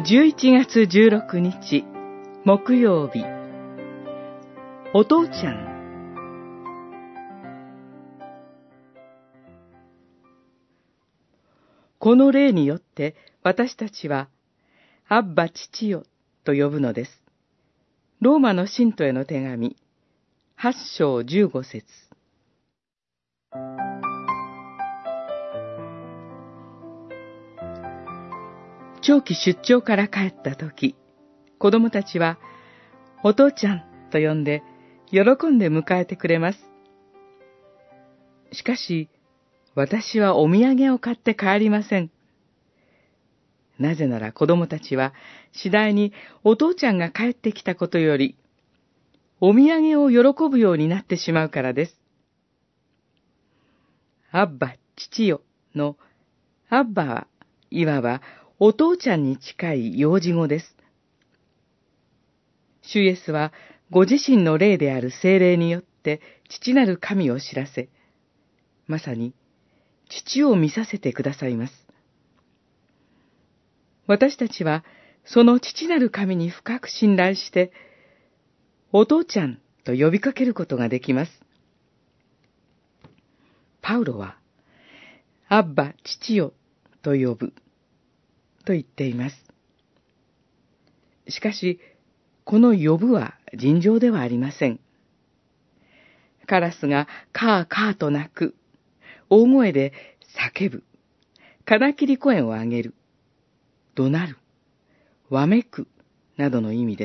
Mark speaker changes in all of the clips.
Speaker 1: 11月16日木曜日、お父ちゃん。この例によって私たちはアッバ父よと呼ぶのです。ローマの信徒への手紙8章15節。長期出張から帰ったとき、子供たちはお父ちゃんと呼んで喜んで迎えてくれます。しかし、私はお土産を買って帰りません。なぜなら子供たちは次第にお父ちゃんが帰ってきたことより、お土産を喜ぶようになってしまうからです。アッバ、父よのアッバはいわばお父ちゃんに近い幼児語です。主イエスはご自身の霊である聖霊によって父なる神を知らせ、まさに父を見させてくださいます。私たちはその父なる神に深く信頼して、お父ちゃんと呼びかけることができます。パウロは、アッバ父よと呼ぶと言っています。しかし、この呼ぶは尋常ではありません。カラスがカーカーと鳴く、大声で叫ぶ、金切り声を上げる、怒鳴る、わめくなどの意味です。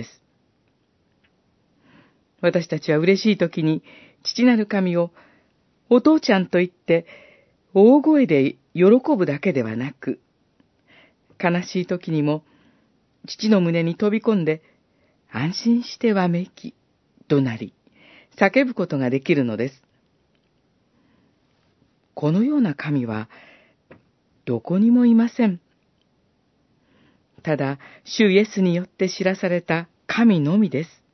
Speaker 1: 私たちは嬉しい時に父なる神をお父ちゃんと言って大声で喜ぶだけではなく、悲しい時にも父の胸に飛び込んで安心してわめき、怒鳴り、叫ぶことができるのです。このような神はどこにもいません。ただ、主イエスによって知らされた神のみです。